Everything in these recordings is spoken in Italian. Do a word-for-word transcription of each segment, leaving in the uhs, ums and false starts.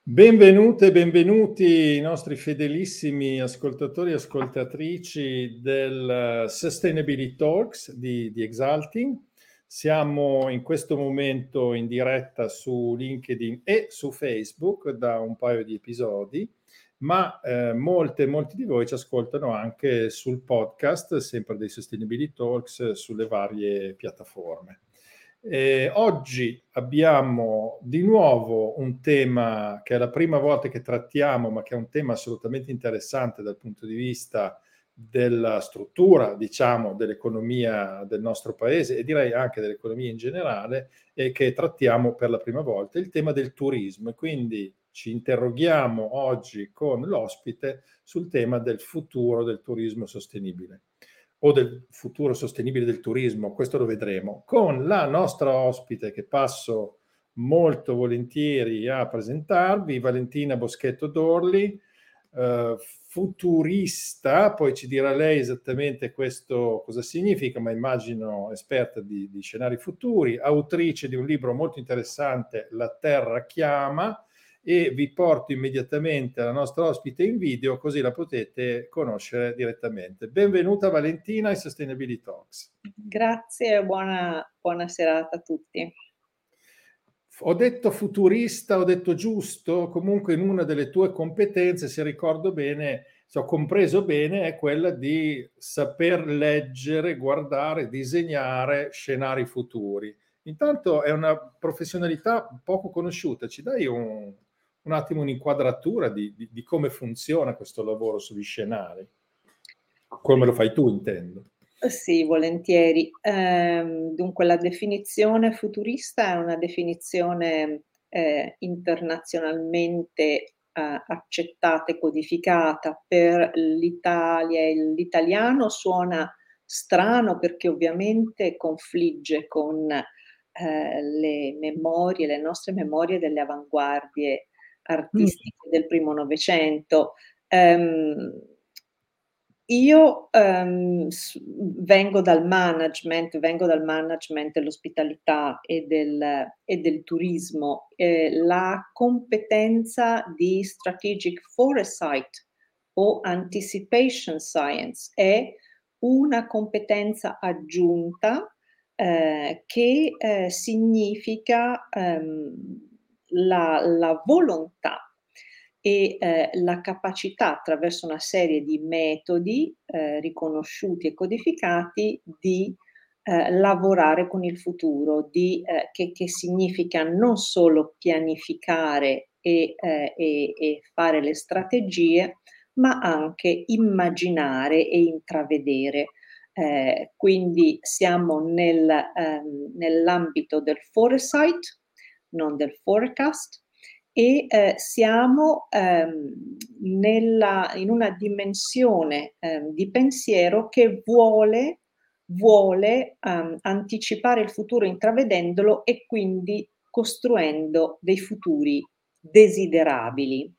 Benvenute e benvenuti i nostri fedelissimi ascoltatori e ascoltatrici del Sustainability Talks di, di Exalting. Siamo in questo momento in diretta su LinkedIn e su Facebook da un paio di episodi, ma eh, molte, molti di voi ci ascoltano anche sul podcast, sempre dei Sustainability Talks, sulle varie piattaforme. Eh, oggi abbiamo di nuovo un tema che è la prima volta che trattiamo, ma che è un tema assolutamente interessante dal punto di vista della struttura, diciamo, dell'economia del nostro paese e direi anche dell'economia in generale, e che trattiamo per la prima volta, il tema del turismo. E quindi ci interroghiamo oggi con l'ospite sul tema del futuro del turismo sostenibile o del futuro sostenibile del turismo, questo lo vedremo, con la nostra ospite che passo molto volentieri a presentarvi, Valentina Boschetto Dorli, eh, futurista, poi ci dirà lei esattamente questo cosa significa, ma immagino esperta di, di scenari futuri, autrice di un libro molto interessante, La Terra chiama, e vi porto immediatamente alla nostra ospite in video così la potete conoscere direttamente. Benvenuta Valentina ai Sustainability Talks. Grazie e buona, buona serata a tutti. Ho detto futurista, ho detto giusto, comunque in una delle tue competenze, se ricordo bene, se ho compreso bene, è quella di saper leggere, guardare, disegnare scenari futuri. Intanto è una professionalità poco conosciuta, ci dai un, un attimo un'inquadratura di, di, di come funziona questo lavoro sugli scenari? Come lo fai tu, intendo. Sì, volentieri. Ehm, dunque, la definizione futurista è una definizione eh, internazionalmente eh, accettata e codificata. Per l'Italia. L'italiano suona strano perché ovviamente confligge con eh, le memorie, le nostre memorie delle avanguardie artistiche del primo Novecento. Ehm, Io ehm, s- vengo dal management, vengo dal management dell'ospitalità e del, e del turismo. Eh, la competenza di strategic foresight o anticipation science è una competenza aggiunta eh, che eh, significa ehm, la, la volontà e eh, la capacità attraverso una serie di metodi eh, riconosciuti e codificati di eh, lavorare con il futuro, di, eh, che, che significa non solo pianificare e, eh, e, e fare le strategie, ma anche immaginare e intravedere. Eh, quindi siamo nel, ehm, nell'ambito del foresight, non del forecast, e eh, siamo ehm, nella, in una dimensione ehm, di pensiero che vuole, vuole ehm, anticipare il futuro intravedendolo e quindi costruendo dei futuri desiderabili.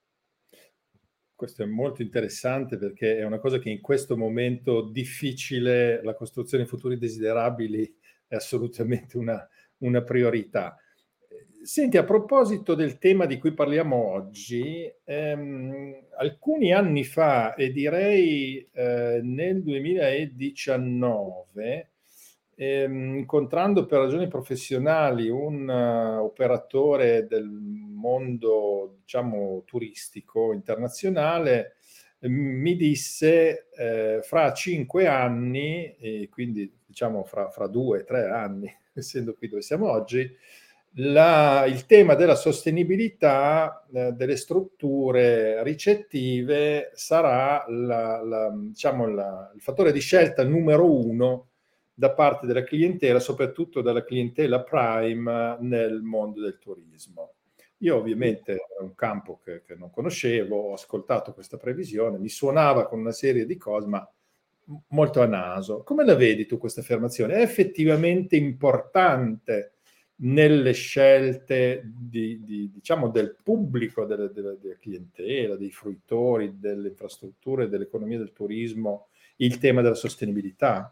Questo è molto interessante perché è una cosa che in questo momento difficile, la costruzione di futuri desiderabili è assolutamente una, una priorità. Senti, a proposito del tema di cui parliamo oggi, ehm, alcuni anni fa, e direi eh, nel duemiladiciannove, ehm, incontrando per ragioni professionali un uh, operatore del mondo, diciamo, turistico internazionale, eh, mi disse eh, fra cinque anni, e quindi diciamo fra, fra due, tre anni, essendo qui dove siamo oggi, la, il tema della sostenibilità eh, delle strutture ricettive sarà la, la, diciamo la, il fattore di scelta numero uno da parte della clientela, soprattutto dalla clientela prime nel mondo del turismo. Io ovviamente è un campo che, che non conoscevo, ho ascoltato questa previsione, mi suonava con una serie di cose, ma molto a naso. Come la vedi tu questa affermazione? È effettivamente importante nelle scelte di, di, diciamo, del pubblico, della, della, della clientela, dei fruitori, delle infrastrutture, dell'economia del turismo, il tema della sostenibilità?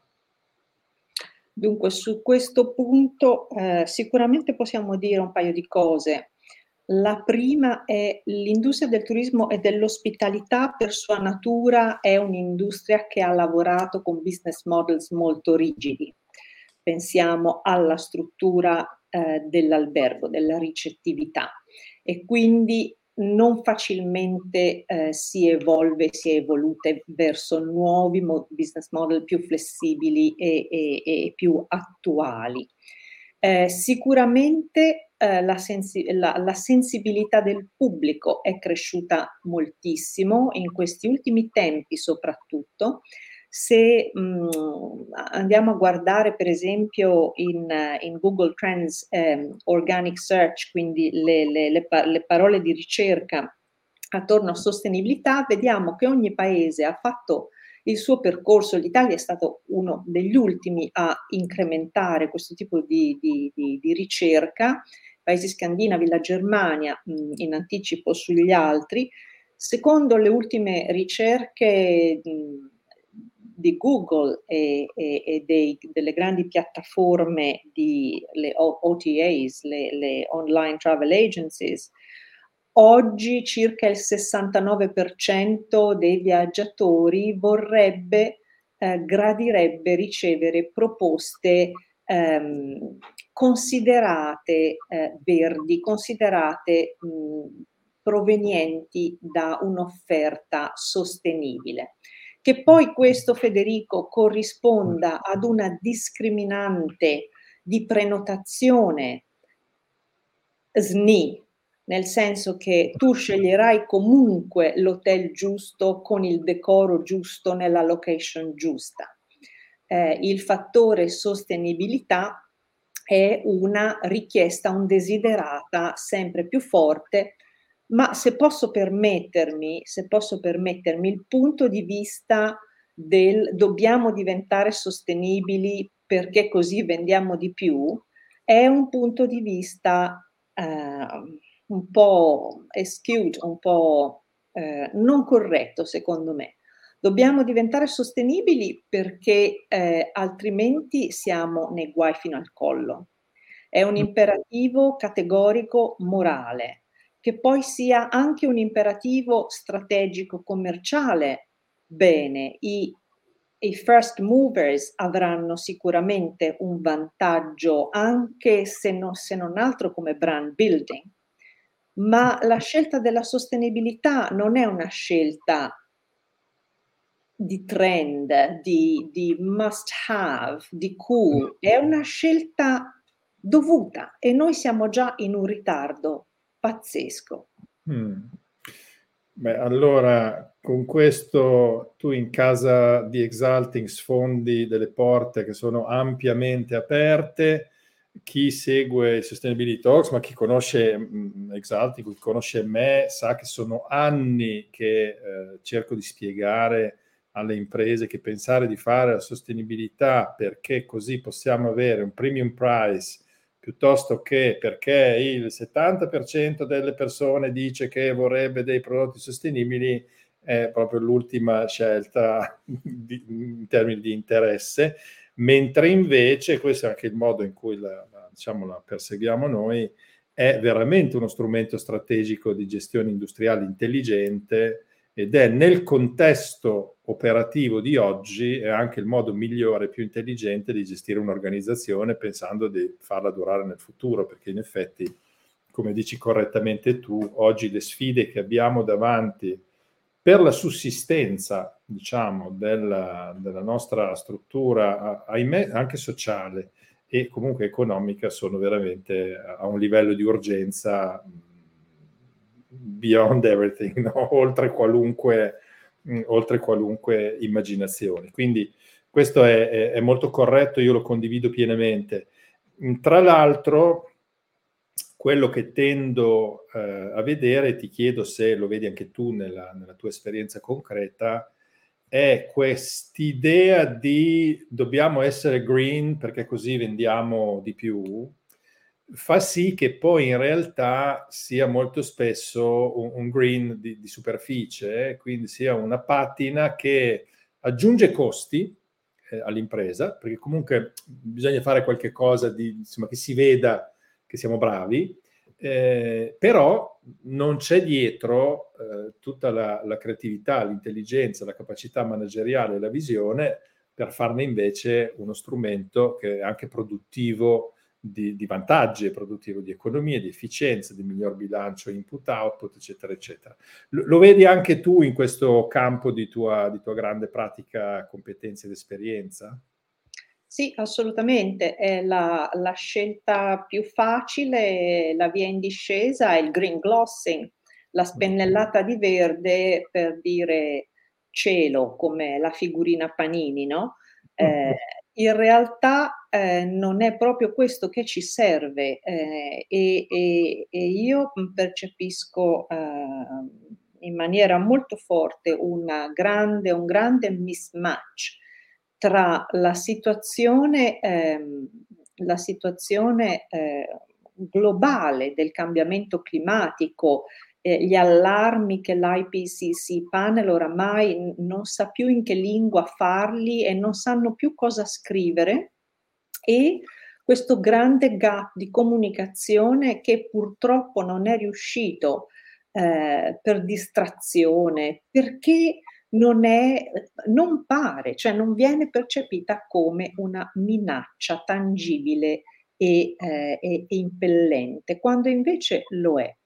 Dunque, su questo punto eh, sicuramente possiamo dire un paio di cose. La prima è l'industria del turismo e dell'ospitalità per sua natura è un'industria che ha lavorato con business models molto rigidi. Pensiamo alla struttura eh, dell'albergo, della ricettività e quindi non facilmente eh, si evolve, si è evolute verso nuovi mo- business model più flessibili e, e, e più attuali. Eh, sicuramente eh, la, sensi- la, la sensibilità del pubblico è cresciuta moltissimo in questi ultimi tempi soprattutto. Se mh, andiamo a guardare per esempio in, in Google Trends eh, Organic Search, quindi le, le, le, pa- le parole di ricerca attorno a sostenibilità, vediamo che ogni paese ha fatto il suo percorso. L'Italia è stato uno degli ultimi a incrementare questo tipo di, di, di, di ricerca, paesi scandinavi, la Germania mh, in anticipo sugli altri. Secondo le ultime ricerche mh, di Google e, e, e dei, delle grandi piattaforme di le O T As, le, le online travel agencies, oggi circa il sessantanove per cento dei viaggiatori vorrebbe, eh, gradirebbe ricevere proposte ehm, considerate eh, verdi, considerate mh, provenienti da un'offerta sostenibile. Che poi questo, Federico, corrisponda ad una discriminante di prenotazione S N I, nel senso che tu sceglierai comunque l'hotel giusto con il decoro giusto nella location giusta. Eh, il fattore sostenibilità è una richiesta, un desiderata sempre più forte, ma se posso permettermi, se posso permettermi il punto di vista del dobbiamo diventare sostenibili perché così vendiamo di più, è un punto di vista eh, un po' skewed, un po' eh, non corretto secondo me. Dobbiamo diventare sostenibili perché eh, altrimenti siamo nei guai fino al collo. È un imperativo categorico morale, che poi sia anche un imperativo strategico commerciale. Bene, i, i first movers avranno sicuramente un vantaggio, anche se, no, se non altro come brand building, ma la scelta della sostenibilità non è una scelta di trend, di, di must have, di cool, è una scelta dovuta e noi siamo già in un ritardo pazzesco. Mm. Beh, allora, con questo tu in casa di Exalting sfondi delle porte che sono ampiamente aperte. Chi segue i Sustainability Talks, ma chi conosce mh, Exalting, chi conosce me, sa che sono anni che eh, cerco di spiegare alle imprese che pensare di fare la sostenibilità perché così possiamo avere un premium price piuttosto che perché il settanta per cento delle persone dice che vorrebbe dei prodotti sostenibili, è proprio l'ultima scelta di, in termini di interesse, mentre invece, questo è anche il modo in cui la, la, diciamo, la perseguiamo noi, è veramente uno strumento strategico di gestione industriale intelligente ed è nel contesto operativo di oggi è anche il modo migliore, più intelligente di gestire un'organizzazione pensando di farla durare nel futuro, perché in effetti, come dici correttamente tu, oggi le sfide che abbiamo davanti per la sussistenza, diciamo, della, della nostra struttura, ahimè, anche sociale e comunque economica, sono veramente a un livello di urgenza beyond everything, no? oltre, qualunque, mh, oltre qualunque immaginazione. Quindi questo è, è, è molto corretto, io lo condivido pienamente. Tra l'altro, quello che tendo eh, a vedere, ti chiedo se lo vedi anche tu nella, nella tua esperienza concreta, è quest'idea di dobbiamo essere green perché così vendiamo di più, fa sì che poi in realtà sia molto spesso un, un green di, di superficie, quindi sia una patina che aggiunge costi eh, all'impresa, perché comunque bisogna fare qualche cosa di, insomma, che si veda che siamo bravi, Eh, però non c'è dietro eh, tutta la, la creatività, l'intelligenza, la capacità manageriale e la visione per farne invece uno strumento che è anche produttivo di, di vantaggi, è produttivo di economia, di efficienza, di miglior bilancio input-output, eccetera, eccetera. Lo, lo vedi anche tu in questo campo di tua, di tua grande pratica, competenza ed esperienza? Sì, assolutamente. È la, la scelta più facile, la via in discesa è il green glossing, la spennellata di verde per dire cielo, come la figurina Panini, no? Eh, in realtà eh, non è proprio questo che ci serve eh, e, e- e io percepisco eh, in maniera molto forte una grande, un grande mismatch tra la situazione, ehm, la situazione eh, globale del cambiamento climatico, eh, gli allarmi che l'I P C C panel oramai n- non sa più in che lingua farli e non sanno più cosa scrivere, e questo grande gap di comunicazione che purtroppo non è riuscito eh, per distrazione, perché non è, non pare, cioè non viene percepita come una minaccia tangibile e, eh, e- e impellente, quando invece lo è.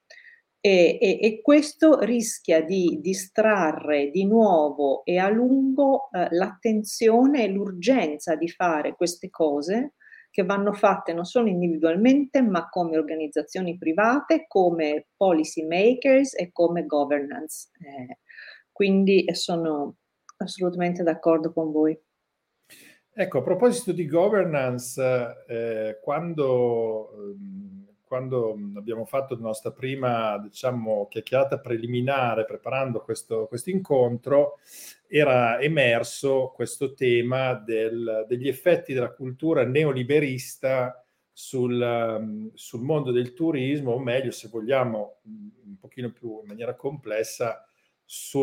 E, e- e questo rischia di distrarre di nuovo e a lungo eh, l'attenzione e l'urgenza di fare queste cose che vanno fatte non solo individualmente, ma come organizzazioni private, come policy makers e come governance. Eh, quindi sono assolutamente d'accordo con voi. Ecco, a proposito di governance, eh, quando, ehm, quando abbiamo fatto la nostra prima, diciamo, chiacchierata preliminare preparando questo, questo incontro, era emerso questo tema del- degli effetti della cultura neoliberista sul, ehm, sul mondo del turismo, o meglio, se vogliamo, un pochino più in maniera complessa, sul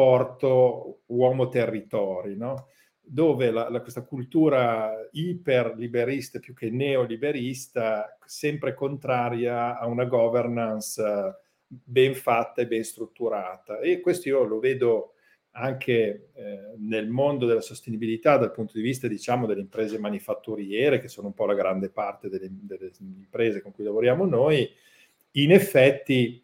rapporto uomo-territori, no? Dove la, la, questa cultura iperliberista più che neoliberista, sempre contraria a una governance eh, ben fatta e ben strutturata. E questo io lo vedo anche eh, nel mondo della sostenibilità dal punto di vista, diciamo, delle imprese manifatturiere, che sono un po' la grande parte delle, delle imprese con cui lavoriamo noi. In effetti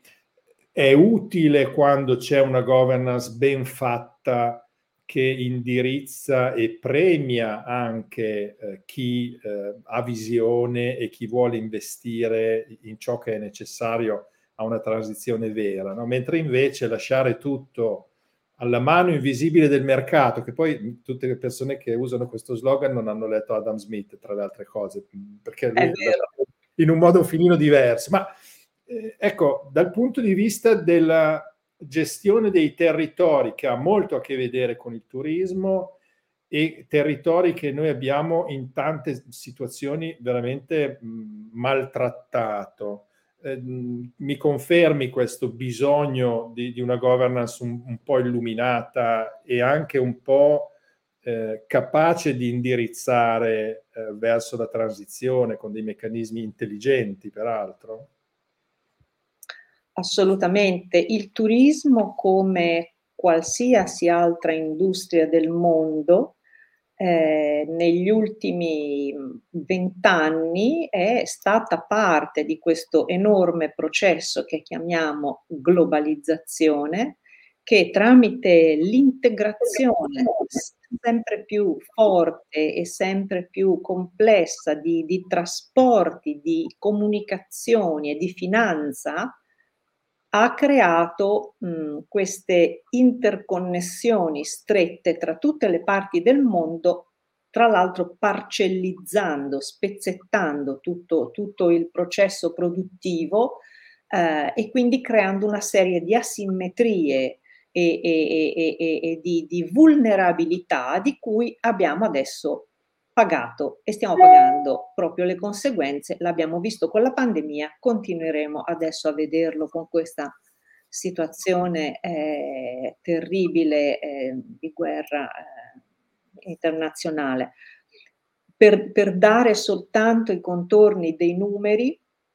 è utile quando c'è una governance ben fatta che indirizza e premia anche eh, chi eh, ha visione e chi vuole investire in ciò che è necessario a una transizione vera, no? Mentre invece lasciare tutto alla mano invisibile del mercato, che poi tutte le persone che usano questo slogan non hanno letto Adam Smith, tra le altre cose, perché È lui l'ha vero. fatto in un modo un filino diverso. Ma eh, ecco, dal punto di vista della gestione dei territori, che ha molto a che vedere con il turismo, e territori che noi abbiamo in tante situazioni veramente mh, maltrattato. Eh, mh, mi confermi questo bisogno di, di una governance un, un po' illuminata e anche un po' eh, capace di indirizzare eh, verso la transizione con dei meccanismi intelligenti, peraltro? Assolutamente. Il turismo, come qualsiasi altra industria del mondo, eh, negli ultimi vent'anni è stata parte di questo enorme processo che chiamiamo globalizzazione, che tramite l'integrazione sempre più forte e sempre più complessa di, di trasporti, di comunicazioni e di finanza, ha creato mh, queste interconnessioni strette tra tutte le parti del mondo, tra l'altro parcellizzando, spezzettando tutto, tutto il processo produttivo eh, e quindi creando una serie di asimmetrie e, e, e, e, e di, di vulnerabilità di cui abbiamo adesso pagato e stiamo pagando proprio le conseguenze. L'abbiamo visto con la pandemia, continueremo adesso a vederlo con questa situazione eh, terribile eh, di guerra eh, internazionale. Per, per dare soltanto i contorni dei numeri,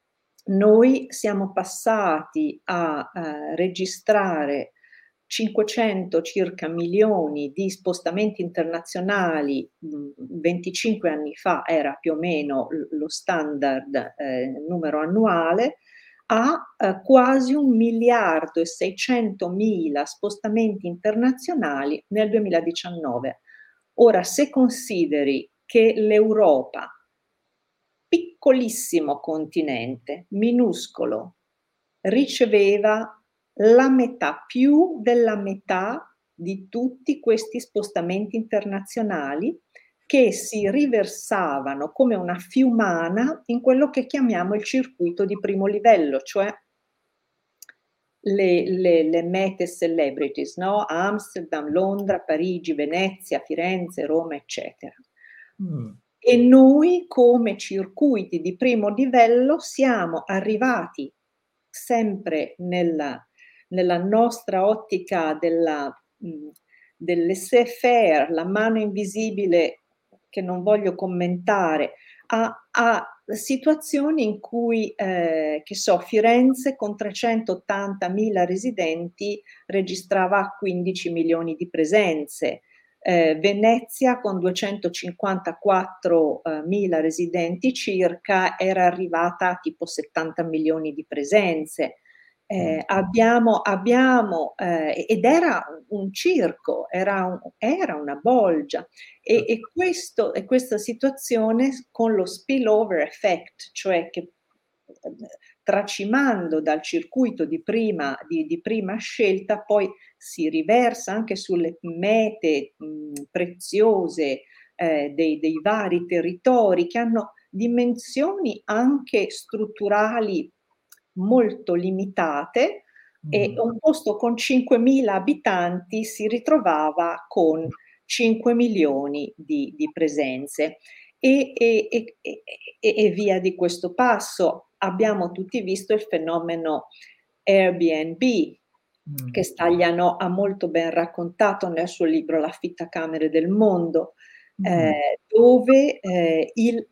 noi siamo passati a eh, registrare cinquecento circa milioni di spostamenti internazionali, mh, venticinque anni fa era più o meno l- lo standard eh, numero annuale, a eh, quasi un miliardo e seicentomila spostamenti internazionali nel duemiladiciannove. Ora, se consideri che l'Europa, piccolissimo continente, minuscolo, riceveva la metà, più della metà di tutti questi spostamenti internazionali che si riversavano come una fiumana in quello che chiamiamo il circuito di primo livello, cioè le, le, le mete celebrities, no? Amsterdam, Londra, Parigi, Venezia, Firenze, Roma, eccetera. Mm. E noi come circuiti di primo livello siamo arrivati sempre nella, nella nostra ottica della, mh, del laissez-faire, la mano invisibile che non voglio commentare, a, a situazioni in cui, eh, che so, Firenze con trecentottantamila residenti registrava quindici milioni di presenze, eh, Venezia con duecentocinquantaquattromila residenti circa era arrivata a tipo settanta milioni di presenze. Eh, abbiamo, abbiamo eh, ed era un circo, era, un, era una bolgia e, e, questo, e questa situazione con lo spillover effect, cioè che tracimando dal circuito di prima, di, di prima scelta poi si riversa anche sulle mete mh, preziose eh, dei, dei vari territori che hanno dimensioni anche strutturali molto limitate, mm. e un posto con cinquemila abitanti si ritrovava con cinque milioni di, di presenze e, e, e, e, e via di questo passo. Abbiamo tutti visto il fenomeno Airbnb, mm. che Stagliano ha molto ben raccontato nel suo libro L'affittacamere del mondo, mm. eh, dove eh, il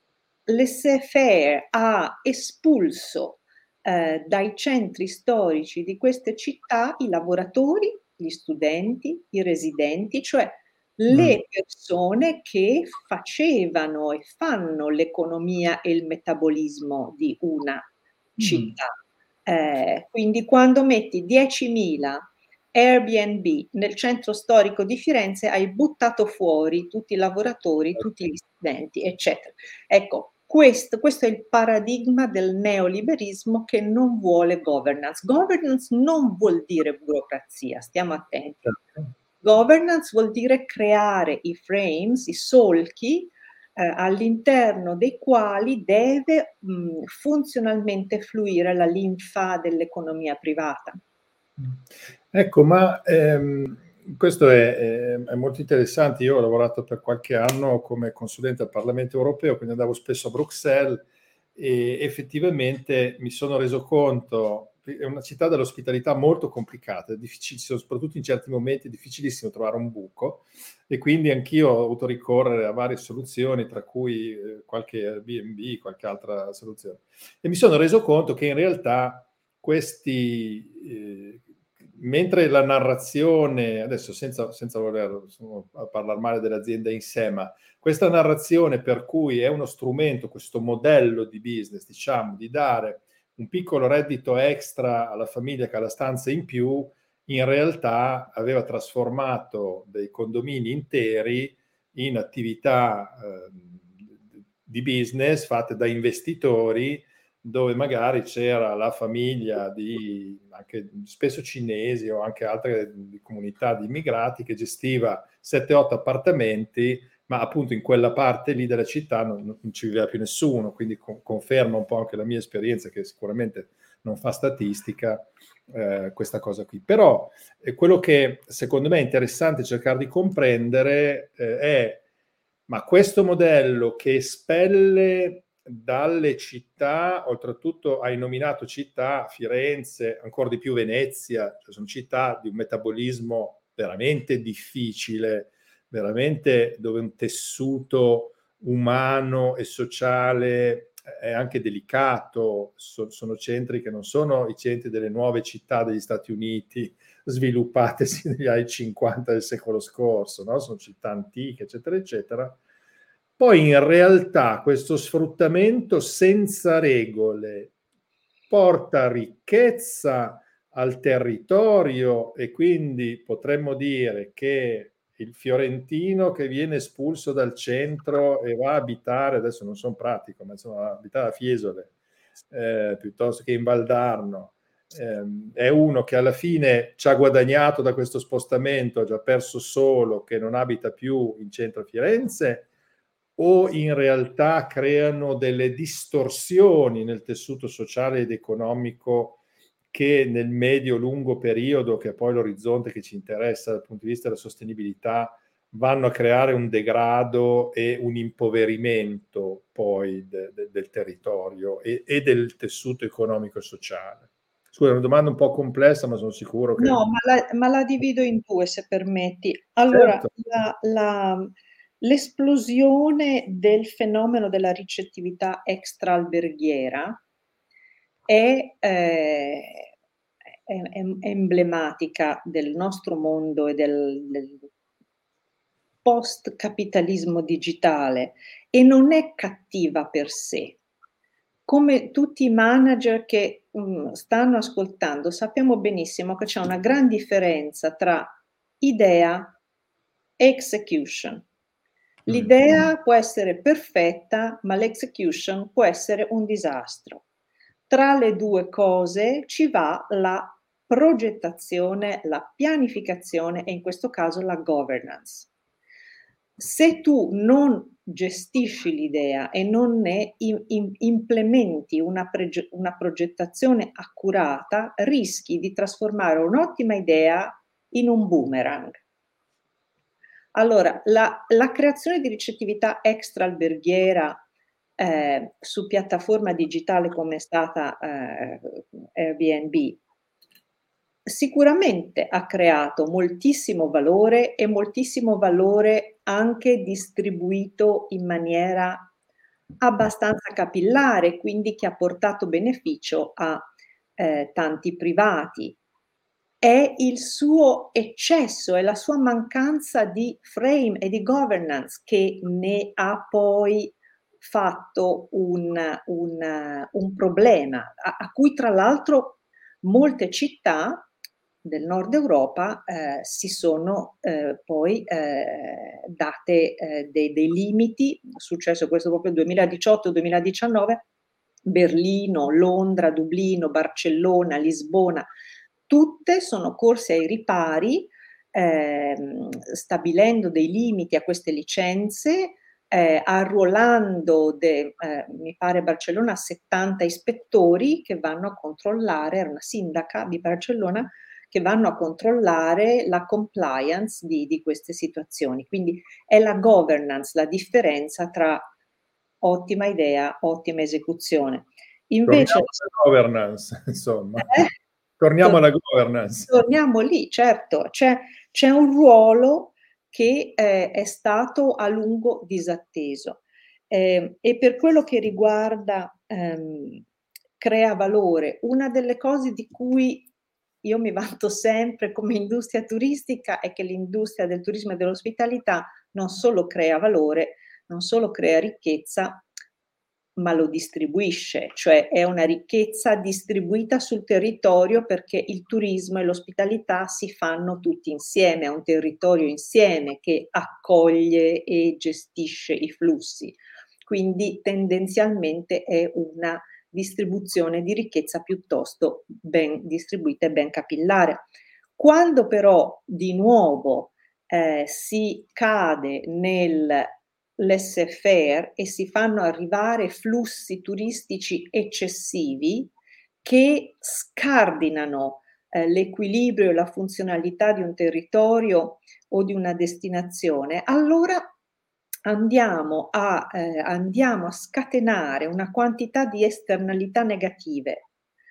laissez-faire ha espulso eh, dai centri storici di queste città i lavoratori, gli studenti, i residenti, cioè le persone che facevano e fanno l'economia e il metabolismo di una città. Eh, quindi quando metti diecimila Airbnb nel centro storico di Firenze hai buttato fuori tutti i lavoratori, tutti gli studenti, eccetera. Ecco, questo, questo è il paradigma del neoliberismo che non vuole governance. Governance non vuol dire burocrazia, stiamo attenti. Governance vuol dire creare i frames, i solchi, eh, all'interno dei quali deve mh, funzionalmente fluire la linfa dell'economia privata. Ecco, ma ehm, questo è, è, è molto interessante. Io ho lavorato per qualche anno come consulente al Parlamento europeo, quindi andavo spesso a Bruxelles e effettivamente mi sono reso conto, è una città dell'ospitalità molto complicata, è difficilissimo, soprattutto in certi momenti è difficilissimo trovare un buco, e quindi anch'io ho dovuto ricorrere a varie soluzioni, tra cui eh, qualche Airbnb, qualche altra soluzione. E mi sono reso conto che in realtà questi, eh, mentre la narrazione, adesso senza, senza voler insomma, parlare male dell'azienda in sé, ma questa narrazione per cui è uno strumento, questo modello di business, diciamo, di dare un piccolo reddito extra alla famiglia che ha la stanza in più, in realtà aveva trasformato dei condomini interi in attività eh, di business fatte da investitori, dove magari c'era la famiglia di anche spesso cinesi o anche altre di comunità di immigrati che gestiva sette otto appartamenti, ma appunto in quella parte lì della città non, non ci viveva più nessuno, quindi con, conferma un po' anche la mia esperienza, che sicuramente non fa statistica, eh, questa cosa qui. Però eh, quello che secondo me è interessante cercare di comprendere eh, è, ma questo modello che espelle dalle città, oltretutto hai nominato città, Firenze, ancora di più Venezia, cioè sono città di un metabolismo veramente difficile, veramente dove un tessuto umano e sociale è anche delicato, so, sono centri che non sono i centri delle nuove città degli Stati Uniti sviluppatesi negli anni cinquanta del secolo scorso, no? Sono città antiche, eccetera, eccetera. Poi in realtà questo sfruttamento senza regole porta ricchezza al territorio e quindi potremmo dire che il fiorentino che viene espulso dal centro e va a abitare, adesso non sono pratico, ma insomma va a abitare a Fiesole eh, piuttosto che in Valdarno, eh, è uno che alla fine ci ha guadagnato da questo spostamento, ha già perso solo che non abita più in centro a Firenze, o in realtà creano delle distorsioni nel tessuto sociale ed economico che nel medio-lungo periodo, che è poi l'orizzonte che ci interessa dal punto di vista della sostenibilità, vanno a creare un degrado e un impoverimento poi de, de, del territorio e, e del tessuto economico e sociale. Scusa, è una domanda un po' complessa, ma sono sicuro che... No, ma la, ma la divido in due, se permetti. Allora, Certo. la, la, l'esplosione del fenomeno della ricettività extraalberghiera è, eh, è, è emblematica del nostro mondo e del, del post-capitalismo digitale e non è cattiva per sé. Come tutti i manager che mh, stanno ascoltando, sappiamo benissimo che c'è una gran differenza tra idea e execution. L'idea può essere perfetta, ma l'execution può essere un disastro. Tra le due cose ci va la progettazione, la pianificazione e in questo caso la governance. Se tu non gestisci l'idea e non ne in, in, implementi una, prege, una progettazione accurata, rischi di trasformare un'ottima idea in un boomerang. Allora, la, la creazione di ricettività extraalberghiera eh, su piattaforma digitale come è stata eh, Airbnb sicuramente ha creato moltissimo valore e moltissimo valore anche distribuito in maniera abbastanza capillare, quindi che ha portato beneficio a eh, tanti privati. È il suo eccesso, è la sua mancanza di frame e di governance che ne ha poi fatto un, un, un problema, a, a cui tra l'altro molte città del nord Europa eh, si sono eh, poi eh, date eh, dei, dei limiti, è successo questo proprio nel duemiladiciotto duemiladiciannove, Berlino, Londra, Dublino, Barcellona, Lisbona, tutte sono corse ai ripari, eh, stabilendo dei limiti a queste licenze, eh, arruolando, de, eh, mi pare Barcellona, settanta ispettori che vanno a controllare, era una sindaca di Barcellona, che vanno a controllare la compliance di, di queste situazioni. Quindi è la governance, la differenza tra ottima idea, ottima esecuzione. Invece, torniamo alla governance, insomma. Eh? Torniamo alla governance. Torniamo lì, certo. C'è, c'è un ruolo che eh, è stato a lungo disatteso. Eh, e per quello che riguarda ehm, crea valore, una delle cose di cui io mi vanto sempre come industria turistica è che l'industria del turismo e dell'ospitalità non solo crea valore, non solo crea ricchezza, ma lo distribuisce, cioè è una ricchezza distribuita sul territorio perché il turismo e l'ospitalità si fanno tutti insieme, è un territorio insieme che accoglie e gestisce i flussi. Quindi tendenzialmente è una distribuzione di ricchezza piuttosto ben distribuita e ben capillare. Quando però di nuovo eh, si cade nel laissez-faire e si fanno arrivare flussi turistici eccessivi che scardinano eh, l'equilibrio e la funzionalità di un territorio o di una destinazione, allora andiamo a, eh, andiamo a scatenare una quantità di esternalità negative.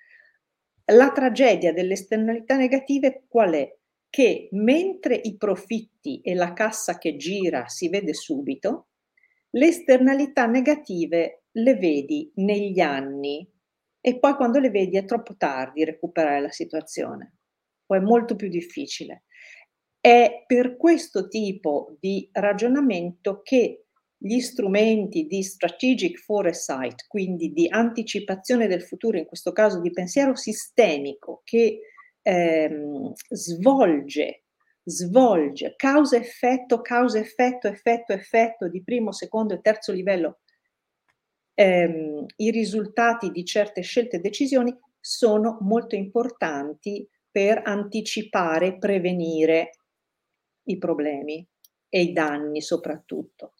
La tragedia delle esternalità negative qual è? Che mentre i profitti e la cassa che gira si vede subito, le esternalità negative le vedi negli anni e poi quando le vedi è troppo tardi recuperare la situazione, o è molto più difficile. È per questo tipo di ragionamento che gli strumenti di strategic foresight, quindi di anticipazione del futuro, in questo caso di pensiero sistemico, che ehm, svolge, svolge causa-effetto, causa-effetto, effetto-effetto di primo, secondo e terzo livello, ehm, i risultati di certe scelte e decisioni sono molto importanti per anticipare, prevenire i problemi e i danni soprattutto.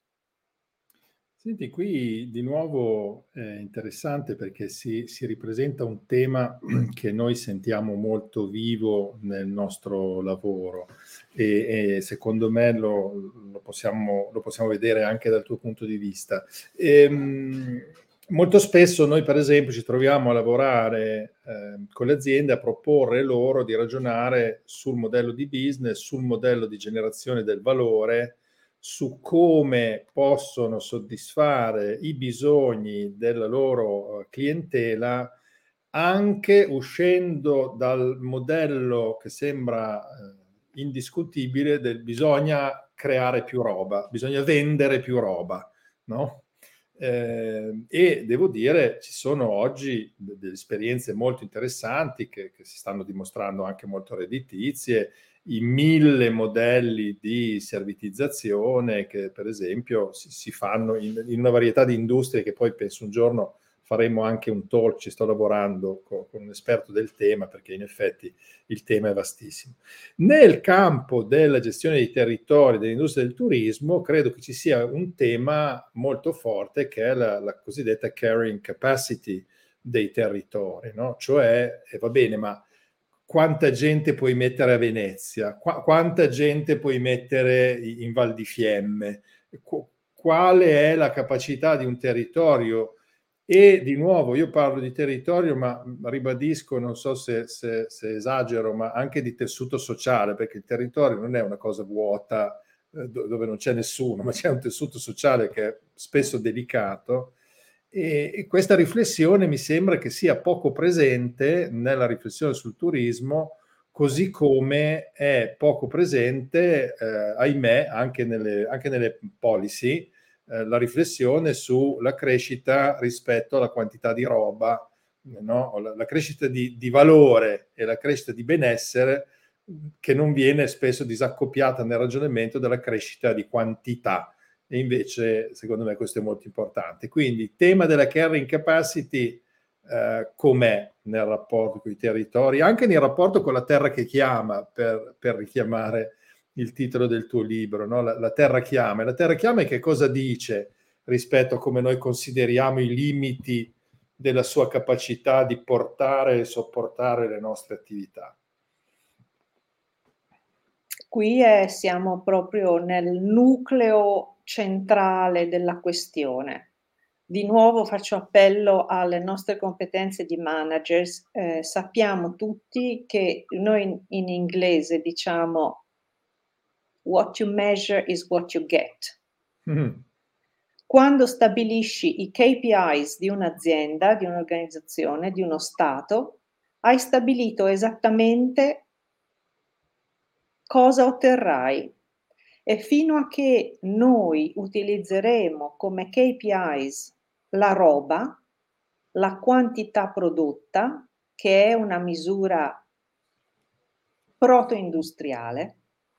Senti, qui di nuovo è interessante perché si, si ripresenta un tema che noi sentiamo molto vivo nel nostro lavoro e, e secondo me lo, lo, possiamo, lo possiamo vedere anche dal tuo punto di vista. E, mh, molto spesso noi per esempio ci troviamo a lavorare eh, con le aziende a proporre loro di ragionare sul modello di business, sul modello di generazione del valore, su come possono soddisfare i bisogni della loro clientela, anche uscendo dal modello che sembra eh, indiscutibile del bisogna creare più roba, bisogna vendere più roba, no? Eh, e devo dire, ci sono oggi delle esperienze molto interessanti che, che si stanno dimostrando anche molto redditizie, i mille modelli di servitizzazione che per esempio si, si fanno in, in una varietà di industrie che poi penso un giorno faremo anche un talk, ci sto lavorando con, con un esperto del tema perché in effetti il tema è vastissimo. Nel campo della gestione dei territori, dell'industria del turismo, credo che ci sia un tema molto forte che è la, la cosiddetta carrying capacity dei territori, no? Cioè, eh, va bene, ma quanta gente puoi mettere a Venezia, Qu- quanta gente puoi mettere in Val di Fiemme, Qu- quale è la capacità di un territorio. E di nuovo io parlo di territorio, ma ribadisco, non so se, se, se esagero, ma anche di tessuto sociale, perché il territorio non è una cosa vuota eh, dove non c'è nessuno, ma c'è un tessuto sociale che è spesso delicato. E, e questa riflessione mi sembra che sia poco presente nella riflessione sul turismo, così come è poco presente, eh, ahimè, anche nelle, anche nelle policy, eh, la riflessione sulla crescita rispetto alla quantità di roba, no? la, la crescita di, di valore e la crescita di benessere che non viene spesso disaccoppiata nel ragionamento della crescita di quantità. E invece, secondo me, questo è molto importante. Quindi, il tema della carrying capacity, eh, com'è nel rapporto con i territori, anche nel rapporto con la terra che chiama, per, per richiamare il titolo del tuo libro, no? la, la terra chiama. E la terra chiama e che cosa dice rispetto a come noi consideriamo i limiti della sua capacità di portare e sopportare le nostre attività. Qui è, siamo proprio nel nucleo centrale della questione. Di nuovo faccio appello alle nostre competenze di managers. Eh, sappiamo tutti che noi in, in inglese diciamo what you measure is what you get. Mm-hmm. Quando stabilisci i K P Is di un'azienda, di un'organizzazione, di uno Stato, hai stabilito esattamente cosa otterrai. E fino a che noi utilizzeremo come K P Is la roba, la quantità prodotta, che è una misura proto-industriale,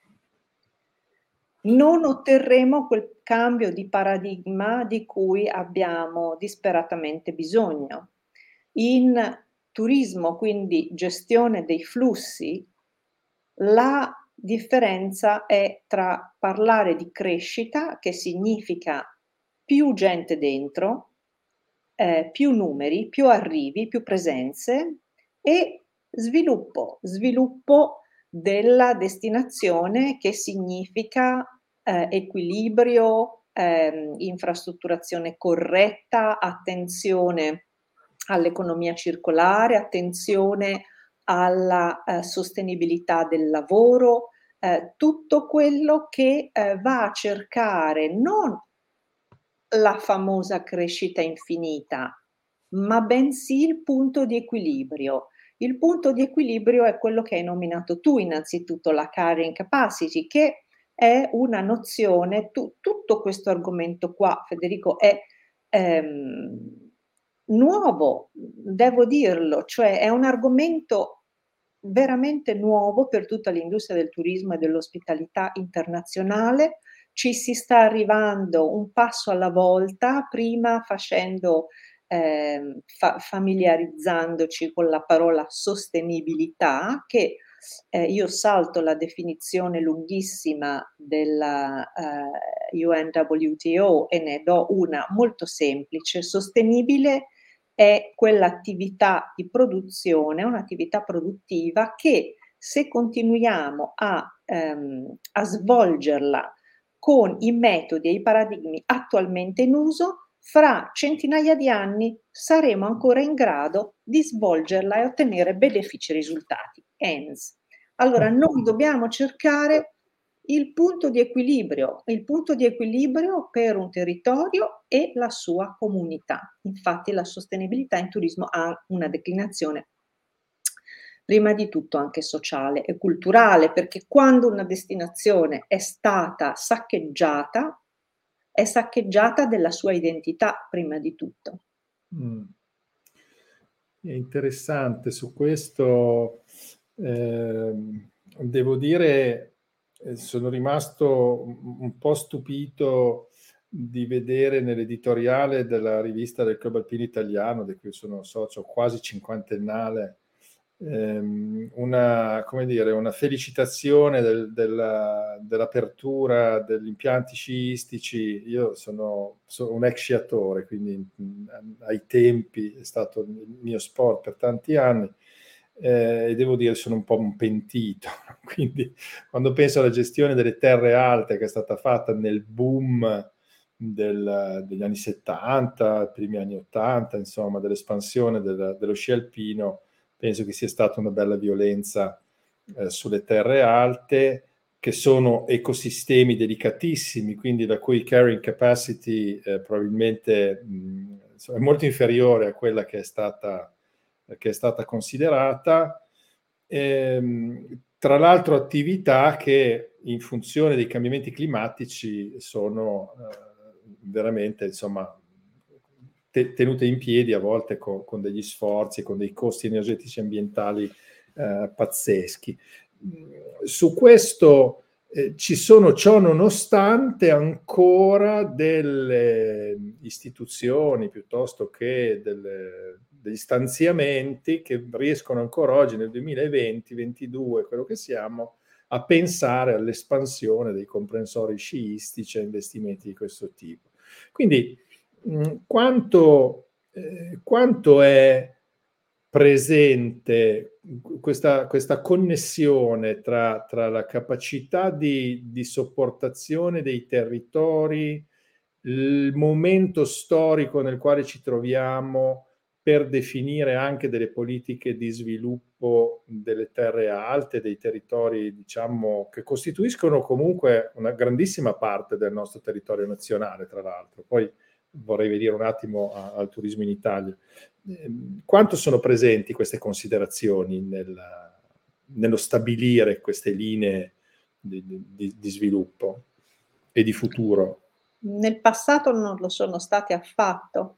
non otterremo quel cambio di paradigma di cui abbiamo disperatamente bisogno. In turismo, quindi gestione dei flussi, la differenza è tra parlare di crescita, che significa più gente dentro, eh, più numeri, più arrivi, più presenze, e sviluppo, sviluppo della destinazione, che significa eh, equilibrio, eh, infrastrutturazione corretta, attenzione all'economia circolare, attenzione alla eh, sostenibilità del lavoro, eh, tutto quello che eh, va a cercare non la famosa crescita infinita, ma bensì il punto di equilibrio. Il punto di equilibrio è quello che hai nominato tu innanzitutto, la carrying capacity, che è una nozione, tu, tutto questo argomento qua, Federico, è ehm, nuovo, devo dirlo, cioè è un argomento veramente nuovo per tutta l'industria del turismo e dell'ospitalità internazionale. Ci si sta arrivando un passo alla volta, prima facendo, eh, fa- familiarizzandoci con la parola sostenibilità, che eh, io salto la definizione lunghissima della eh, U N W T O e ne do una molto semplice. Sostenibile è quell'attività di produzione, un'attività produttiva che, se continuiamo a, ehm, a svolgerla con i metodi e i paradigmi attualmente in uso, fra centinaia di anni saremo ancora in grado di svolgerla e ottenere benefici risultati. Hence. Allora noi dobbiamo cercare il punto di equilibrio, il punto di equilibrio per un territorio e la sua comunità. Infatti la sostenibilità in turismo ha una declinazione prima di tutto anche sociale e culturale, perché quando una destinazione è stata saccheggiata, è saccheggiata della sua identità prima di tutto. Mm. È interessante su questo, eh, devo dire, eh, sono rimasto un, un po' stupito di vedere nell'editoriale della rivista del Club Alpino Italiano, di cui sono socio quasi cinquantennale, ehm, una, come dire, una felicitazione del, della, dell'apertura degli impianti sciistici. Io sono, sono un ex sciatore, quindi mh, ai tempi è stato il mio sport per tanti anni, eh, e devo dire sono un po' un pentito. Quindi quando penso alla gestione delle terre alte che è stata fatta nel boom del, degli anni settanta, primi anni ottanta, insomma, dell'espansione del, dello sci alpino, penso che sia stata una bella violenza eh, sulle terre alte, che sono ecosistemi delicatissimi, quindi la cui carrying capacity eh, probabilmente mh, è molto inferiore a quella che è stata, che è stata considerata. Ehm, tra l'altro attività che in funzione dei cambiamenti climatici sono eh, veramente, insomma, te- tenute in piedi a volte con, con degli sforzi, con dei costi energetici e ambientali eh, pazzeschi. Su questo eh, ci sono, ciò nonostante, ancora delle istituzioni piuttosto che delle, degli stanziamenti che riescono ancora oggi nel duemilaventi ventidue, quello che siamo, a pensare all'espansione dei comprensori sciistici e investimenti di questo tipo. Quindi mh, quanto, eh, quanto è presente questa, questa connessione tra, tra la capacità di, di sopportazione dei territori, il momento storico nel quale ci troviamo per definire anche delle politiche di sviluppo delle terre alte, dei territori, diciamo, che costituiscono comunque una grandissima parte del nostro territorio nazionale, tra l'altro. Poi vorrei vedere un attimo a, al turismo in Italia. Eh, quanto sono presenti queste considerazioni nel, nello stabilire queste linee di, di, di sviluppo e di futuro? Nel passato non lo sono state affatto.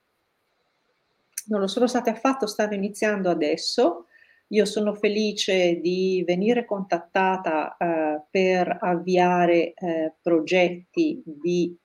Non lo sono state affatto, stanno iniziando adesso. Io sono felice di venire contattata eh, per avviare eh, progetti di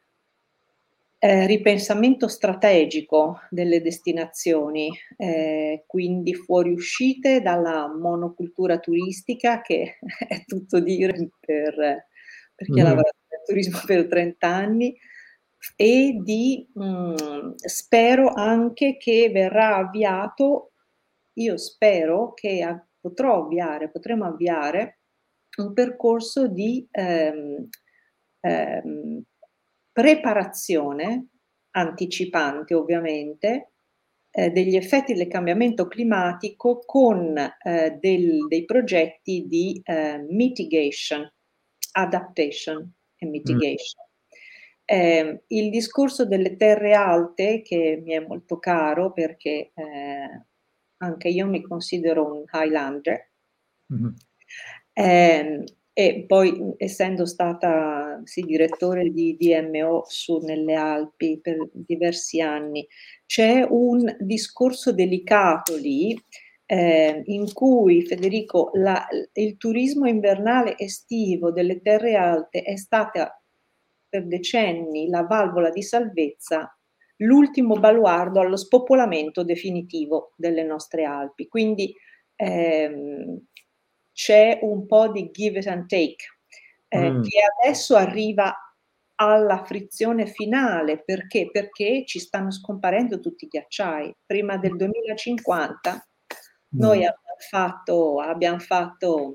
eh, ripensamento strategico delle destinazioni, eh, quindi fuoriuscite dalla monocultura turistica, che è tutto dire per, per chi ha Mm. lavorato nel turismo per trenta anni, e di mh, spero anche che verrà avviato, io spero che a, potrò avviare, potremo avviare un percorso di ehm, ehm, preparazione anticipante, ovviamente, eh, degli effetti del cambiamento climatico con eh, del, dei progetti di eh, mitigation, adaptation e Mm. mitigation. Eh, il discorso delle terre alte, che mi è molto caro perché eh, anche io mi considero un Highlander, Mhm. eh, e poi essendo stata sì, direttore di D M O su nelle Alpi per diversi anni, c'è un discorso delicato lì eh, in cui, Federico, la, il turismo invernale estivo delle terre alte è stata per decenni la valvola di salvezza, l'ultimo baluardo allo spopolamento definitivo delle nostre Alpi. Quindi ehm, c'è un po' di give and take eh, Mm. che adesso arriva alla frizione finale. Perché? Perché ci stanno scomparendo tutti i ghiacciai. Prima del duemilacinquanta noi Mm. abbiamo fatto, abbiamo fatto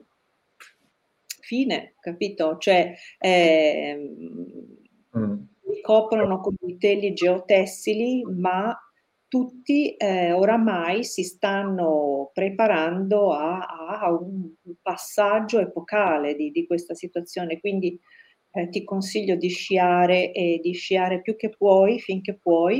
fine, capito? Cioè, ehm, Mm. ricoprono con i teli geotessili, ma tutti eh, oramai si stanno preparando a, a un passaggio epocale di, di questa situazione. Quindi eh, ti consiglio di sciare e di sciare più che puoi, finché puoi,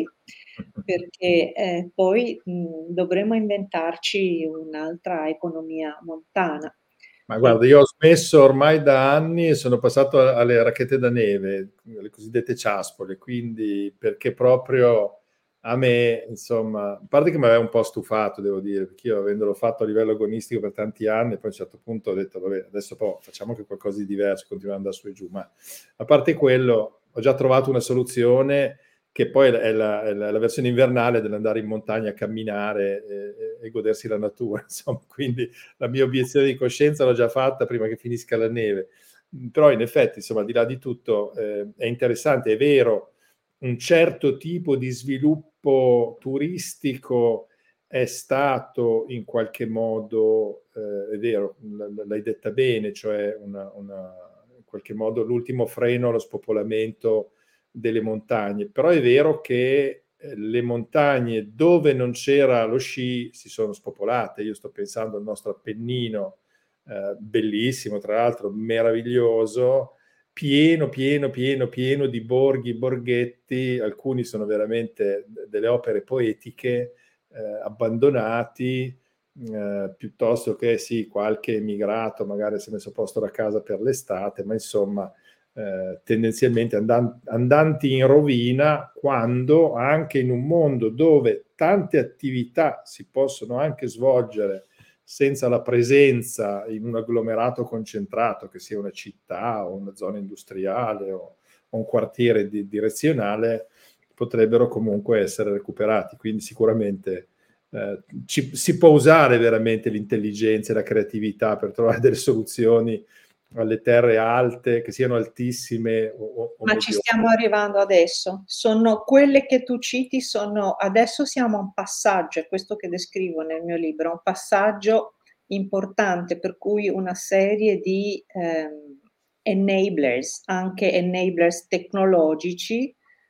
perché eh, poi mh, dovremo inventarci un'altra economia montana. Ma E guarda, io ho smesso ormai da anni e sono passato a- alle racchette da neve, le cosiddette ciaspole, quindi perché proprio a me, insomma, a parte che mi aveva un po' stufato, devo dire, perché io avendolo fatto a livello agonistico per tanti anni, poi a un certo punto ho detto, vabbè, adesso poi facciamo anche qualcosa di diverso, continuiamo ad andare su e giù, ma a parte quello, ho già trovato una soluzione che poi è la, è la- la versione invernale dell'andare in montagna a camminare e, e- e godersi la natura, insomma, quindi la mia obiezione di coscienza l'ho già fatta prima che finisca la neve. Però in effetti, insomma, al di là di tutto, eh, è interessante, è vero, un certo tipo di sviluppo turistico è stato in qualche modo, eh, è vero, l'hai detta bene, cioè una, una, in qualche modo l'ultimo freno allo spopolamento delle montagne, però è vero che le montagne dove non c'era lo sci si sono spopolate. Io sto pensando al nostro Appennino, eh, bellissimo, tra l'altro meraviglioso, pieno, pieno, pieno, pieno di borghi, borghetti, alcuni sono veramente delle opere poetiche, eh, abbandonati, eh, piuttosto che sì, qualche emigrato magari si è messo a posto la casa per l'estate, ma insomma eh, tendenzialmente andan- andanti in rovina, quando anche in un mondo dove tante attività si possono anche svolgere senza la presenza in un agglomerato concentrato, che sia una città o una zona industriale o, o un quartiere di, direzionale, potrebbero comunque essere recuperati. Quindi sicuramente eh, ci, si può usare veramente l'intelligenza e la creatività per trovare delle soluzioni alle terre alte, che siano altissime o, o Ma ci mediocri. stiamo arrivando adesso. Sono quelle che tu citi, sono adesso siamo a un passaggio, è questo che descrivo nel mio libro, un passaggio importante per cui una serie di ehm, enablers, anche enablers tecnologici,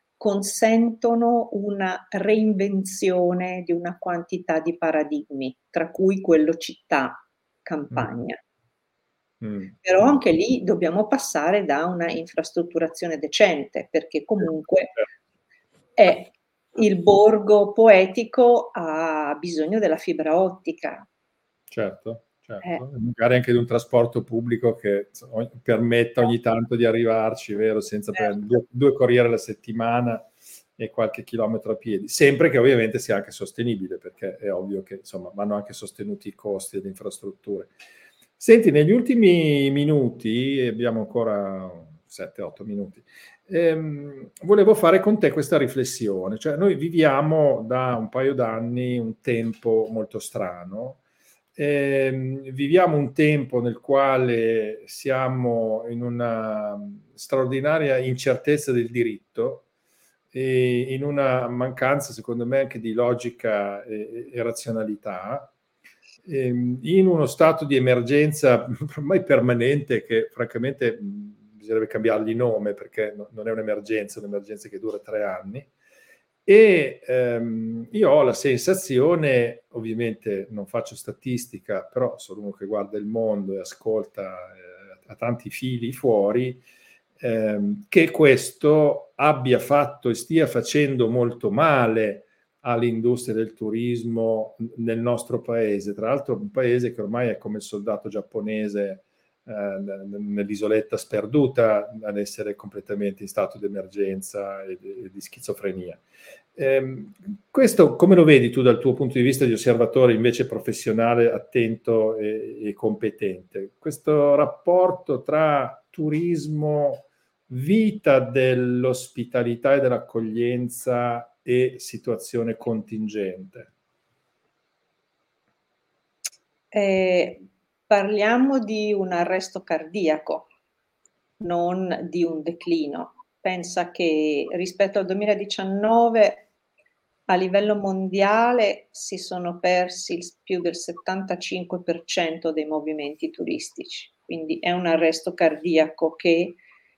consentono una reinvenzione di una quantità di paradigmi, tra cui quello Mm, città-campagna. mm, Però mm. anche lì dobbiamo passare da una infrastrutturazione decente, perché comunque è il borgo poetico ha bisogno della fibra ottica. Certo, Eh, certo. E magari anche di un trasporto pubblico che insomma, permetta ogni tanto di arrivarci, vero? Senza prendere certo. due, due corriere alla settimana e qualche chilometro a piedi. Sempre che ovviamente sia anche sostenibile, perché è ovvio che insomma vanno anche sostenuti i costi delle infrastrutture. Senti, negli ultimi minuti, e abbiamo ancora sette otto minuti, ehm, volevo fare con te questa riflessione. Cioè, noi viviamo da un paio d'anni un tempo molto strano. Ehm, viviamo un tempo nel quale siamo in una straordinaria incertezza del diritto e in una mancanza, secondo me, anche di logica e, e razionalità, ehm, in uno stato di emergenza ormai permanente che francamente mh, bisognerebbe cambiargli nome perché no- non è un'emergenza, è un'emergenza che dura tre anni. E ehm, io ho la sensazione, ovviamente non faccio statistica, però sono uno che guarda il mondo e ascolta eh, a tanti fili fuori, ehm, che questo abbia fatto e stia facendo molto male all'industria del turismo nel nostro paese, tra l'altro un paese che ormai è come il soldato giapponese eh, nell'isoletta sperduta ad essere completamente in stato di emergenza e di, e di schizofrenia. Eh, questo come lo vedi tu dal tuo punto di vista di osservatore invece professionale, attento e, e competente? Questo rapporto tra turismo, vita dell'ospitalità e dell'accoglienza e situazione contingente? Eh, parliamo di un arresto cardiaco, non di un declino. Pensa che rispetto al duemiladiciannove a livello mondiale si sono persi più del settantacinque per cento dei movimenti turistici, quindi è un arresto cardiaco che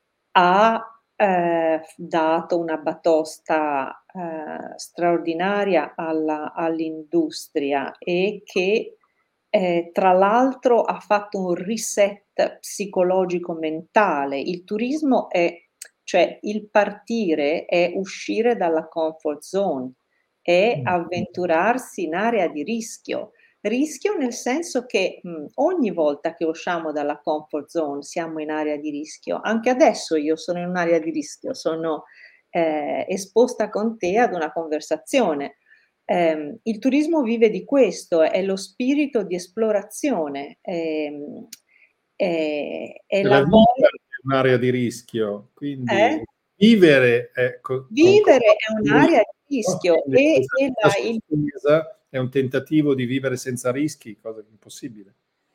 ha eh, dato una batosta eh, straordinaria alla, all'industria e che eh, tra l'altro ha fatto un reset psicologico mentale. Il turismo è, cioè il partire è uscire dalla comfort zone, è avventurarsi in area di rischio. Rischio nel senso che mh, ogni volta che usciamo dalla comfort zone siamo in area di rischio. Anche adesso io sono in un'area di rischio, sono eh, esposta con te ad una conversazione. Eh, il turismo vive di questo, è lo spirito di esplorazione, ehm, è, è La la vita voglia. è un'area di rischio, quindi Eh? vivere è co- con, con Vivere è un'area di no? rischio Quindi e, questa e vita la, il sospesa è un tentativo di vivere senza rischi, cosa impossibile.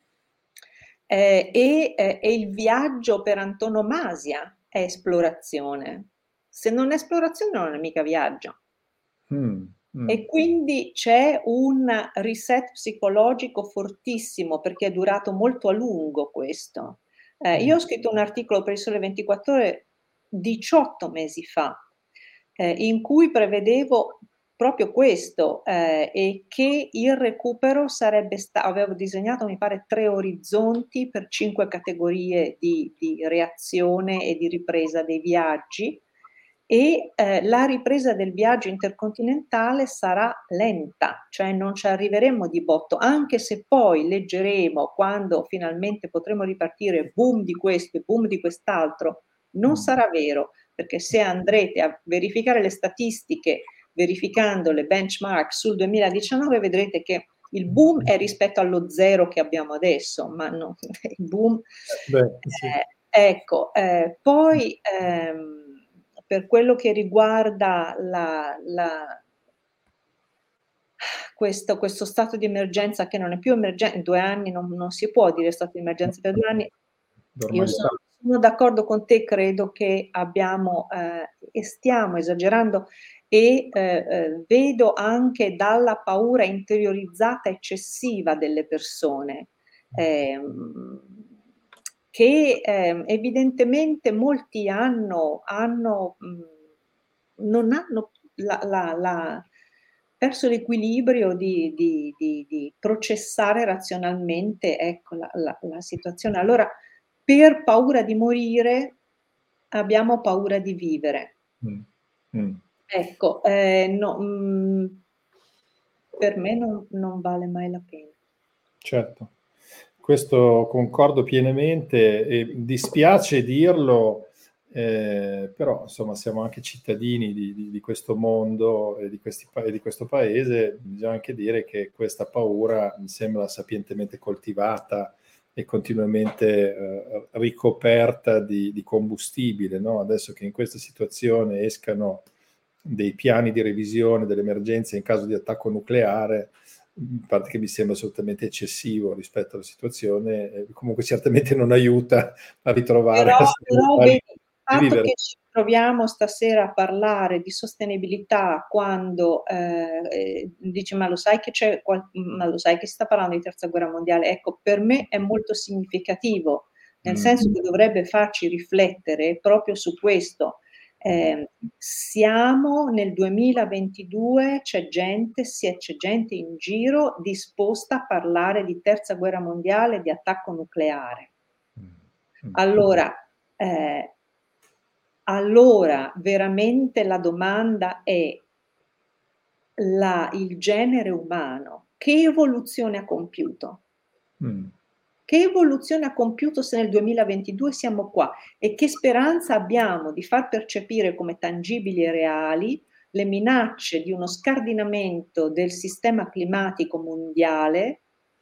Eh, e, eh, e il viaggio per antonomasia è esplorazione. Se non è esplorazione non è mica viaggio. Mm, mm. E quindi c'è un reset psicologico fortissimo perché è durato molto a lungo questo. Eh, io ho scritto un articolo per il Sole ventiquattro Ore diciotto mesi fa, eh, in cui prevedevo proprio questo eh, e che il recupero sarebbe stato, avevo disegnato mi pare tre orizzonti per cinque categorie di, di reazione e di ripresa dei viaggi e eh, la ripresa del viaggio intercontinentale sarà lenta, cioè non ci arriveremo di botto, anche se poi leggeremo quando finalmente potremo ripartire boom di questo e boom di quest'altro, non Mm. sarà vero, perché se andrete a verificare le statistiche, verificando le benchmark sul duemiladiciannove, vedrete che il boom è rispetto allo zero che abbiamo adesso, ma no, il boom... Beh, sì. Eh, ecco, eh, poi ehm, per quello che riguarda la, la, questo, questo stato di emergenza che non è più emergenza, in due anni non, non si può dire stato di emergenza per due anni, io sono, sono d'accordo con te, credo che abbiamo eh, e stiamo esagerando e eh, eh, vedo anche dalla paura interiorizzata eccessiva delle persone ehm, che eh, evidentemente molti hanno, hanno mh, non hanno la, la, la, perso l'equilibrio di, di, di, di processare razionalmente ecco, la, la, la situazione. Allora, per paura di morire abbiamo paura di vivere. Mm. Mm. Ecco, eh, no, mh, per me non, non vale mai la pena. Certo, questo concordo pienamente e dispiace dirlo, eh, però insomma siamo anche cittadini di, di, di questo mondo e di, questi, e di questo paese, bisogna anche dire che questa paura mi sembra sapientemente coltivata e continuamente eh, ricoperta di, di combustibile, no? Adesso che in questa situazione escano dei piani di revisione dell'emergenza in caso di attacco nucleare, in parte che mi sembra assolutamente eccessivo rispetto alla situazione, eh, comunque certamente non aiuta a ritrovare Però, la però serenità vedi, il di fatto vivere. che ci troviamo stasera a parlare di sostenibilità quando eh, eh, dici ma lo sai che c'è, qual- ma lo sai che si sta parlando di terza guerra mondiale, ecco, per me è molto significativo, nel Mm. senso che dovrebbe farci riflettere proprio su questo. Eh, siamo nel duemilaventidue, c'è gente, si è- c'è gente in giro disposta a parlare di terza guerra mondiale, di attacco nucleare. Mm. Allora, eh, allora veramente la domanda è: la il genere umano che evoluzione ha compiuto? Mh. Che evoluzione ha compiuto se nel duemilaventidue siamo qua? E che speranza abbiamo di far percepire come tangibili e reali le minacce di uno scardinamento del sistema climatico mondiale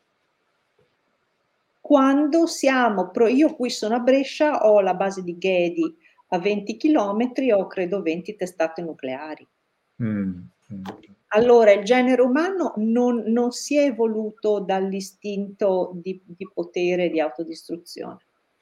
quando siamo pro io qui sono a Brescia, ho la base di Ghedi a venti chilometri, ho credo venti testate nucleari. Mh, mh. Allora il genere umano non non si è evoluto dall'istinto di di potere e di autodistruzione.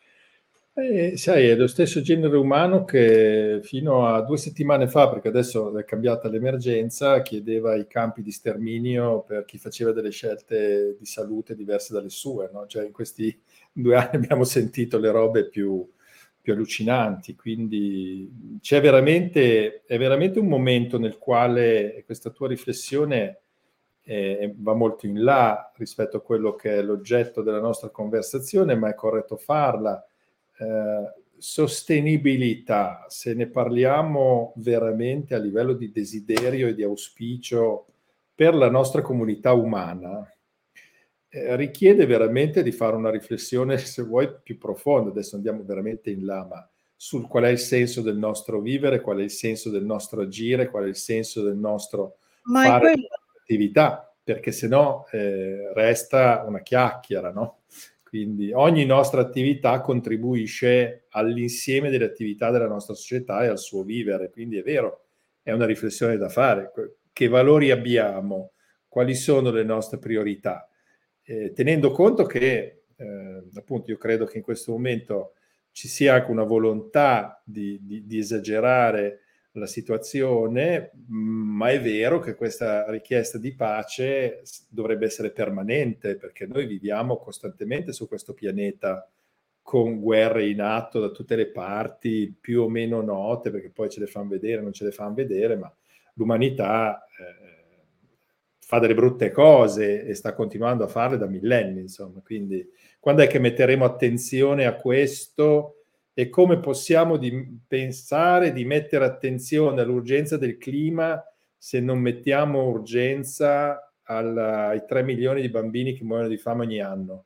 Eh, sai, è lo stesso genere umano che fino a due settimane fa, perché adesso è cambiata l'emergenza, chiedeva i campi di sterminio per chi faceva delle scelte di salute diverse dalle sue, no, cioè in questi due anni abbiamo sentito le robe più più allucinanti, quindi c'è veramente è veramente un momento nel quale questa tua riflessione, ehm, va molto in là rispetto a quello che è l'oggetto della nostra conversazione, ma è corretto farla. Ehm, sostenibilità, se ne parliamo veramente a livello di desiderio e di auspicio per la nostra comunità umana, ehm, richiede veramente di fare una riflessione, se vuoi, più profonda. Adesso andiamo veramente in là, ma sul qual è il senso del nostro vivere, qual è il senso del nostro agire, qual è il senso del nostro Ma è fare quello attività, perché se no, ehm, resta una chiacchiera, no? Quindi ogni nostra attività contribuisce all'insieme delle attività della nostra società e al suo vivere. Quindi è vero, è una riflessione da fare. Que che valori abbiamo? Quali sono le nostre priorità? Ehm, tenendo conto che, ehm, appunto io credo che in questo momento ci sia anche una volontà di di di esagerare la situazione, ma è vero che questa richiesta di pace s dovrebbe essere permanente, perché noi viviamo costantemente su questo pianeta con guerre in atto da tutte le parti, più o meno note, perché poi ce le fan vedere, non ce le fan vedere, ma l'umanità, ehm, fa delle brutte cose e sta continuando a farle da millenni, insomma. Quindi quand'è che metteremo attenzione a questo e come possiamo di pensare di mettere attenzione all'urgenza del clima se non mettiamo urgenza al, ai tre milioni di bambini che muoiono di fame ogni anno?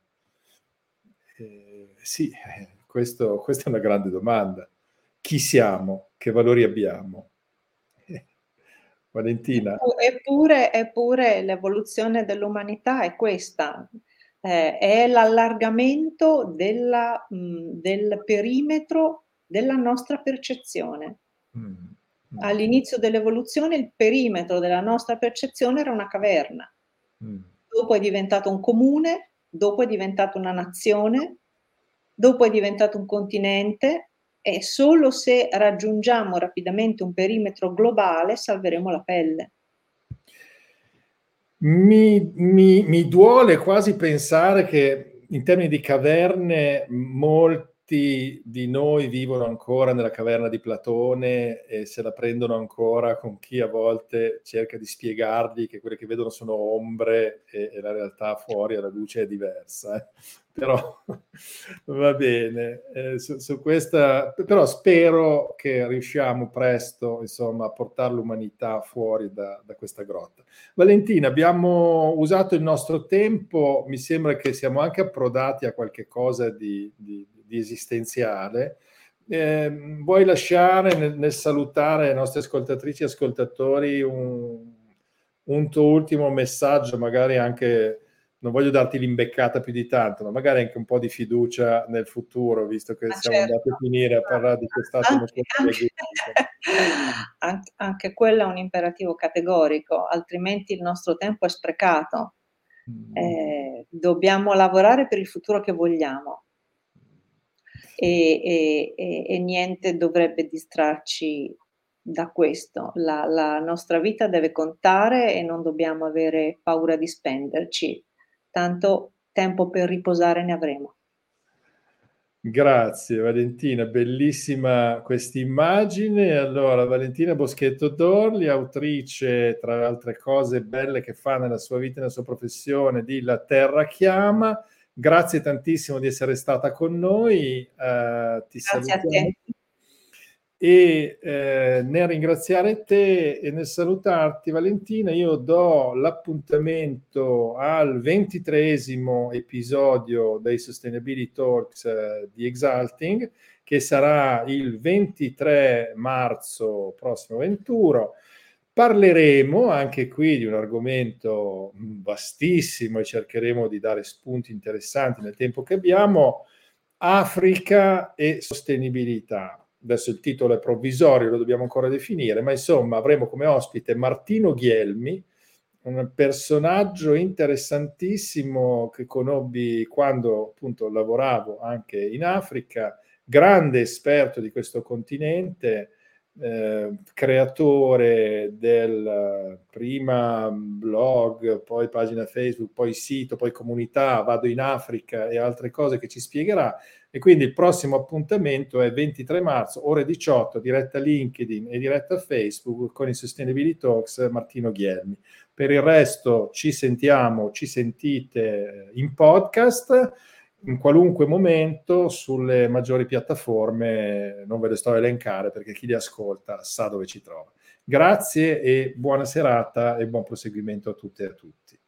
Eh, sì, eh, questo, questa è una grande domanda. Chi siamo? Che valori abbiamo? Eh, Valentina? Eppu eppure eppure l'evoluzione dell'umanità è questa, ehm, è l'allargamento della mhmm, del perimetro della nostra percezione. Mm, mm, All'inizio dell'evoluzione il perimetro della nostra percezione era una caverna, mm. dopo è diventato un comune, dopo è diventato una nazione, dopo è diventato un continente e solo se raggiungiamo rapidamente un perimetro globale salveremo la pelle. Mi mi mi duole quasi pensare che in termini di caverne molti di noi vivono ancora nella caverna di Platone e se la prendono ancora con chi a volte cerca di spiegargli che quelle che vedono sono ombre e e la realtà fuori alla luce è diversa, eh. Però va bene, ehm, su su questa p però spero che riusciamo presto, insomma, a portar l'umanità fuori da da questa grotta. Valentina, abbiamo usato il nostro tempo, mi sembra che siamo anche approdati a qualche cosa di, di- di esistenziale. Eh, vuoi lasciare nel, nel salutare le nostre ascoltatrici e ascoltatori un, un tuo ultimo messaggio, magari anche, non voglio darti l'imbeccata più di tanto, ma magari anche un po' di fiducia nel futuro, visto che Ma siamo andati a certo, finire a parlare di testate anche nucleari. anche anch anche quello è un imperativo categorico, altrimenti il nostro tempo è sprecato. Mm. Ehm, dobbiamo lavorare per il futuro che vogliamo e e e e niente dovrebbe distrarci da questo. La la nostra vita deve contare e non dobbiamo avere paura di spenderci, tanto tempo per riposare ne avremo. Grazie Valentina, bellissima quest'immagine. Allora, Valentina Boschetto d'Orli, autrice, tra le altre cose belle che fa nella sua vita e nella sua professione, di La Terra chiama. Grazie tantissimo di essere stata con noi, eh, ti Grazie a salutiamo te. E eh, nel ringraziare te e nel salutarti, Valentina, io do l'appuntamento al ventitreesimo episodio dei Sustainability Talks eh, di Exalting, che sarà il ventitré marzo prossimo venturo. Parleremo anche qui di un argomento vastissimo e cercheremo di dare spunti interessanti nel tempo che abbiamo: Africa e sostenibilità. Adesso il titolo è provvisorio, lo dobbiamo ancora definire, ma insomma avremo come ospite Martino Ghielmi, un personaggio interessantissimo che conobbi quando appunto lavoravo anche in Africa, grande esperto di questo continente, eh, creatore del prima blog, poi pagina Facebook, poi sito, poi comunità, Vado in Africa e altre cose che ci spiegherà. E quindi il prossimo appuntamento è ventitré marzo, ore diciotto, diretta LinkedIn e diretta Facebook con i Sustainability Talks Martino Ghielmi. Per il resto ci sentiamo, ci sentite in podcast in qualunque momento sulle maggiori piattaforme, non ve le sto a elencare perché chi li ascolta sa dove ci trova. Grazie e buona serata e buon proseguimento a tutte e a tutti.